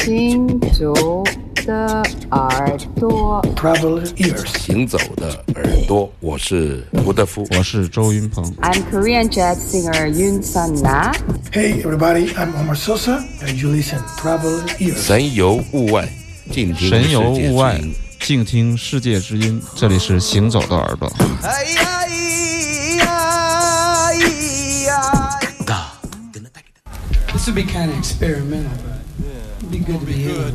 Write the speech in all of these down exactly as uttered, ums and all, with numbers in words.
行走的耳朵 Traveler ears 行走的耳朵，我是吴德夫， 我是周云鹏。 I'm Korean jazz singer Yoon Sun-na. Hey everybody, I'm Omar Sosa and you listen Traveler ears 神游物外，静听神游世界物外之音， 静听世界之音。这里是行走的耳朵。 This would be kind of experimental, but it'd be good to be here.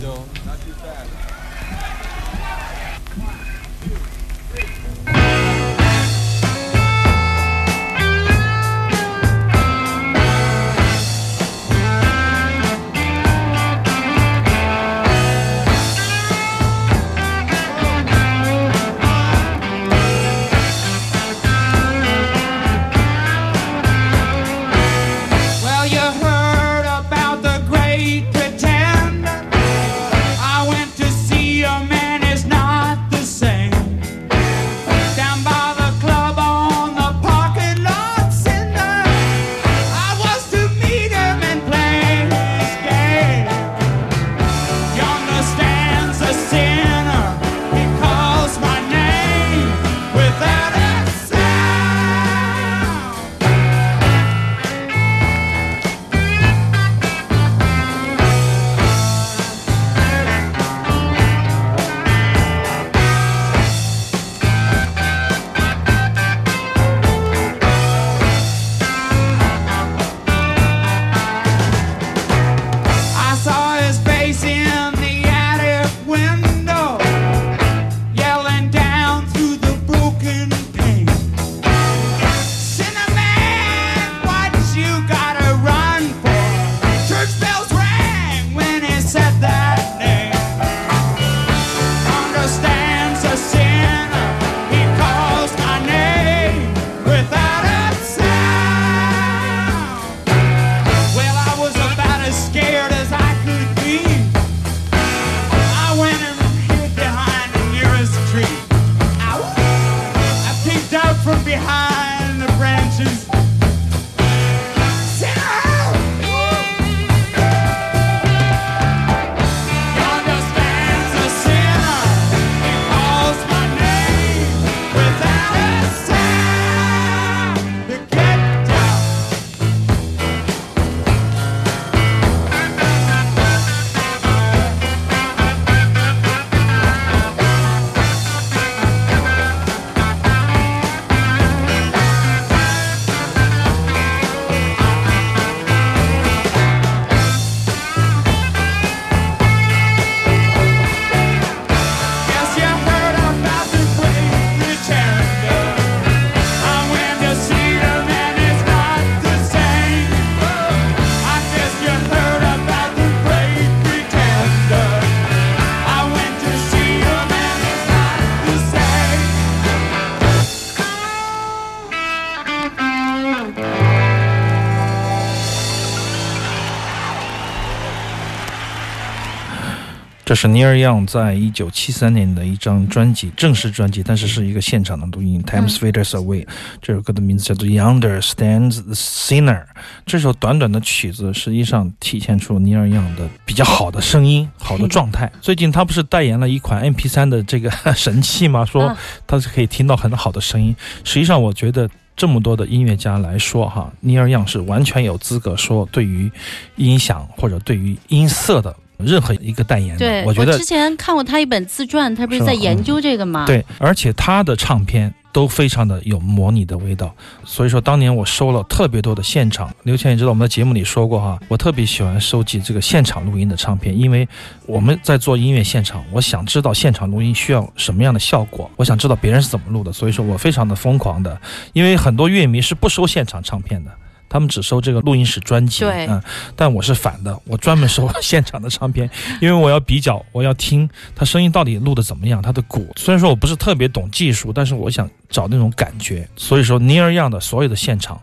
这是 Neil Young 在一九七三年的一张专辑，正式专辑，但是是一个现场的录音 Time Fades Away。 这首歌的名字叫做 Yonder Stands the Sinner。 这首短短的曲子实际上体现出 Neil Young 的比较好的声音，好的状态。最近他不是代言了一款 M P 三 的这个神器吗？说他是可以听到很好的声音。实际上我觉得这么多的音乐家来说哈， Neil Young 是完全有资格说对于音响或者对于音色的任何一个代言的。 对， 我觉得我之前看过他一本自传，他不是在研究这个吗？ 对，而且他的唱片都非常的有模拟的味道，所以说当年我收了特别多的现场。刘谦也知道我们的节目里说过哈，我特别喜欢收集这个现场录音的唱片，因为我们在做音乐现场，我想知道现场录音需要什么样的效果，我想知道别人是怎么录的，所以说我非常的疯狂的，因为很多乐迷是不收现场唱片的，他们只收这个录音室专辑。 对、 嗯，但我是反的，我专门收现场的唱片，因为我要比较，我要听他声音到底录的怎么样，他的鼓。虽然说我不是特别懂技术，但是我想找那种感觉。所以说 Neil Young 的所有的现场，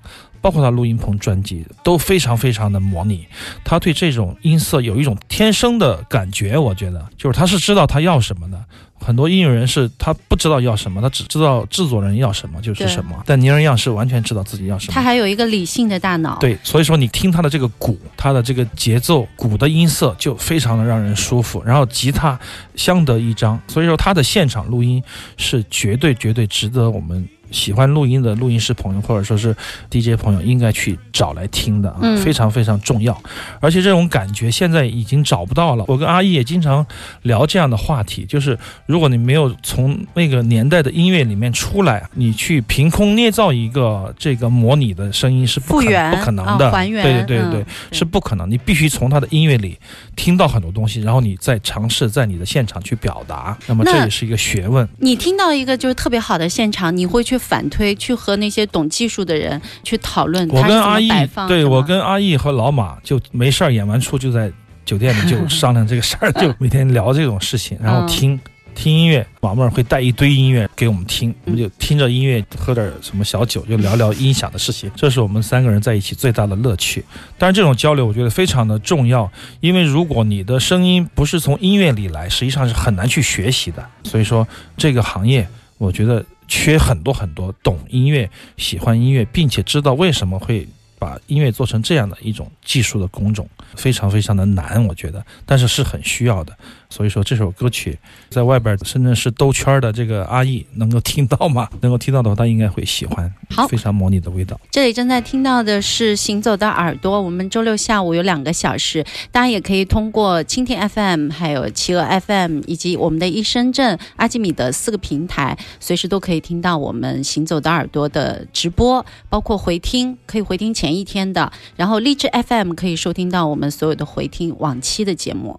包括他录音棚专辑都非常非常的模拟，他对这种音色有一种天生的感觉，我觉得就是他是知道他要什么的。很多音乐人是他不知道要什么，他只知道制作人要什么就是什么，但尼尔杨是完全知道自己要什么， 他还有一个理性的大脑。 对，所以说你听他的这个鼓，他的这个节奏，鼓的音色就非常的让人舒服，然后吉他相得益彰，所以说他的现场录音是绝对绝对值得我们喜欢录音的录音师朋友或者说是 D J 朋友应该去找来听的啊， 嗯、 非常非常重要。而且这种感觉现在已经找不到了。我跟阿姨也经常聊这样的话题，就是如果你没有从那个年代的音乐里面出来，你去凭空捏造一个这个模拟的声音是不可不可能的， 哦、还原， 对对对对、 嗯， 是不可能。你必须从他的音乐里听到很多东西，然后你再尝试在你的现场去表达，那么这也是一个学问。 你听到一个就是特别好的现场，你会去反推，去和那些懂技术的人去讨论他是怎么摆放。 对，我跟阿义和老马就没事儿演完出就在酒店里就商量这个事儿，就每天聊这种事情，然后听、嗯、听音乐。马妹儿会带一堆音乐给我们听，我们就听着音乐喝点什么小酒，就聊聊音响的事情，这是我们三个人在一起最大的乐趣。当然这种交流我觉得非常的重要，因为如果你的声音不是从音乐里来，实际上是很难去学习的。所以说这个行业我觉得缺很多很多懂音乐、喜欢音乐并且知道为什么会把音乐做成这样的一种技术的工种，非常非常的难我觉得，但是是很需要的。所以说这首歌曲在外边深圳市兜圈的这个阿义能够听到吗？能够听到的话他应该会喜欢， 好， 非常模拟的味道。 这里正在听到的是行走的耳朵，我们周六下午有两个小时，大家也可以通过蜻蜓 F M 还有企鹅 F M 以及我们的一深圳阿基米德四个平台，随时都可以听到我们行走的耳朵的直播，包括回听，可以回听前一天的，然后荔枝 F M 可以收听到我们所有的回听往期的节目。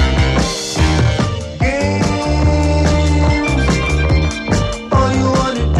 All you wanna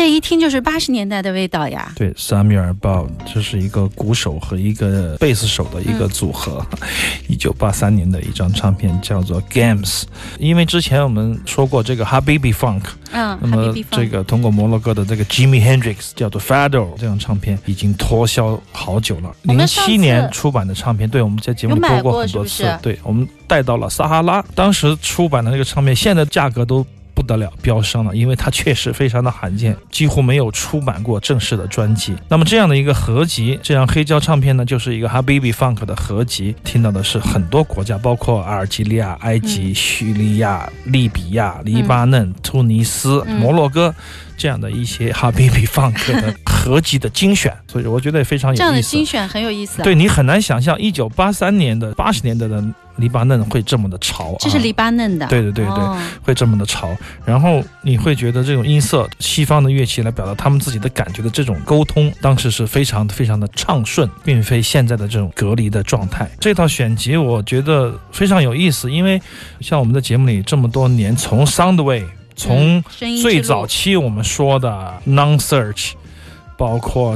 这一听就是八十年代的味道呀。 对，萨米尔鲍这是一个鼓手和一个贝斯手的一个组合，一九八三年的一张唱片叫做 Games。 因为之前我们说过这个 Habibi Funk， 嗯， 那么这个通过摩洛哥的这个 Jimi Hendrix 叫做 Fado 这张唱片已经脱销好久了，零七年出版的唱片，对，我们在节目里播过很多次， 是是对，我们带到了撒哈拉，当时出版的那个唱片现在价格都不得了，飙升了，因为它确实非常的罕见，几乎没有出版过正式的专辑。那么这样的一个合集，这样黑胶唱片呢，就是一个 Habibi Funk 的合集，听到的是很多国家，包括阿尔及利亚、埃及、叙利亚、利比亚、黎巴嫩、突尼斯、摩洛哥这样的一些 Habibi Funk 的合集的精选，所以我觉得也非常有意思。 这样的精选很有意思、啊。 对，你很难想象一九八三年的八十年代的黎巴嫩会这么的潮、啊， 这是黎巴嫩的， 对对对对、 哦， 会这么的潮。然后你会觉得这种音色，西方的乐器来表达他们自己的感觉的这种沟通，当时是非常非常的畅顺，并非现在的这种隔离的状态。这套选集我觉得非常有意思，因为像我们的节目里这么多年，从 Soundwave， 从最早期我们说的 Non-Search，包括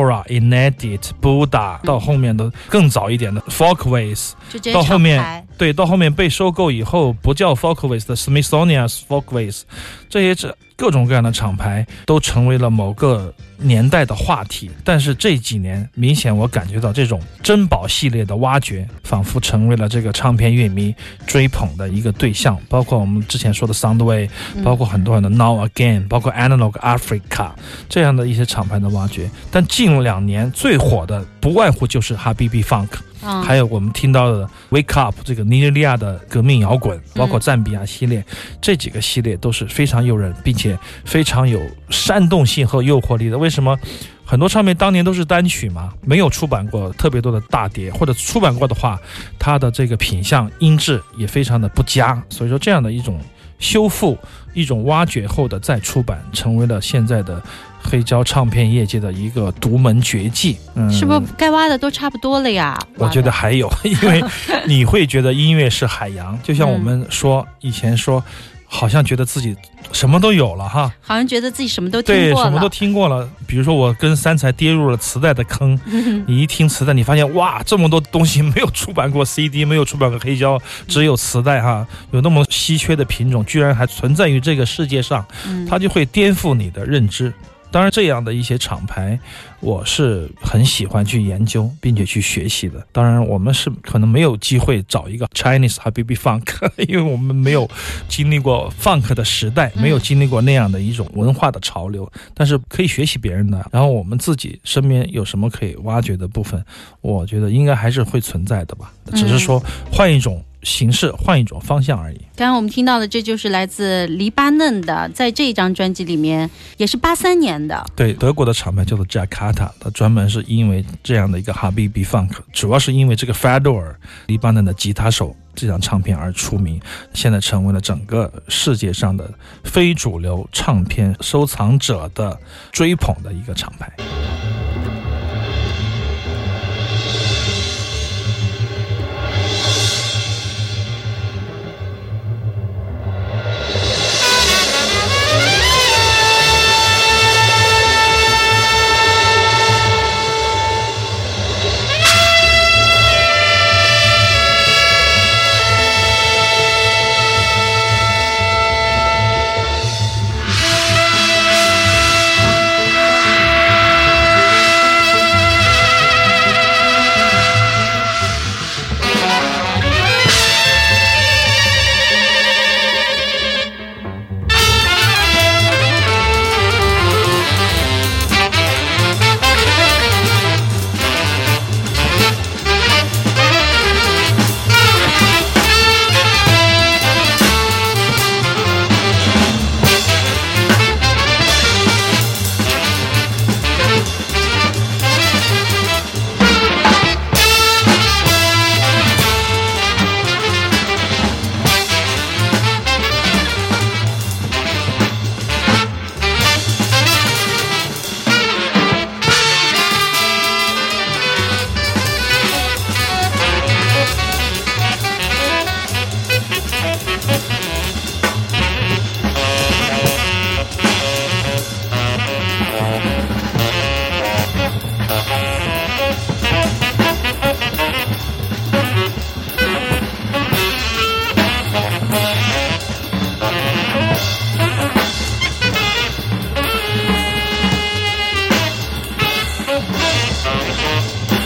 Akora、Inedit、Buddha， 到后面的更早一点的 Folkways， 到后面对，到后面被收购以后不叫 Folkways 的 Smithsonian Folkways， 这些这各种各样的厂牌都成为了某个年代的话题。但是这几年明显我感觉到这种珍宝系列的挖掘仿佛成为了这个唱片乐迷追捧的一个对象，包括我们之前说的 Soundwave， 包括很多人的 Now Again， 包括 Analog Africa 这样的一些厂牌的挖掘。但近两年最火的不外乎就是 Habibi Funk，嗯、还有我们听到的 Wake Up 这个尼日利亚的革命摇滚，包括赞比亚系列、嗯、这几个系列都是非常诱人并且非常有煽动性和诱惑力的。为什么很多唱片当年都是单曲嘛，没有出版过特别多的大碟，或者出版过的话它的这个品相音质也非常的不佳，所以说这样的一种修复，一种挖掘后的再出版，成为了现在的黑胶唱片业界的一个独门绝技、嗯、 是不是该挖的都差不多了呀？ 我觉得还有，因为你会觉得音乐是海洋，就像我们说、嗯、以前说好像觉得自己什么都有了哈， 好像觉得自己什么都听过了， 对，什么都听过了。比如说我跟三才跌入了磁带的坑、嗯、你一听磁带你发现哇，这么多东西没有出版过 C D， 没有出版过黑胶，只有磁带哈，有那么稀缺的品种居然还存在于这个世界上、嗯、它就会颠覆你的认知。当然这样的一些厂牌我是很喜欢去研究并且去学习的。当然我们是可能没有机会找一个 Chinese Habibi Funk， 因为我们没有经历过 Funk 的时代，没有经历过那样的一种文化的潮流，但是可以学习别人的。然后我们自己身边有什么可以挖掘的部分，我觉得应该还是会存在的吧，只是说换一种形式，换一种方向而已。 刚刚我们听到的这就是来自黎巴嫩的，在这一张专辑里面也是八三年的， 对，德国的厂牌叫做 Jakarta， 它专门是因为这样的一个 Habibi Funk， 主要是因为这个 Fado 黎巴嫩的吉他手这张唱片而出名，现在成为了整个世界上的非主流唱片收藏者的追捧的一个厂牌。 Let's go.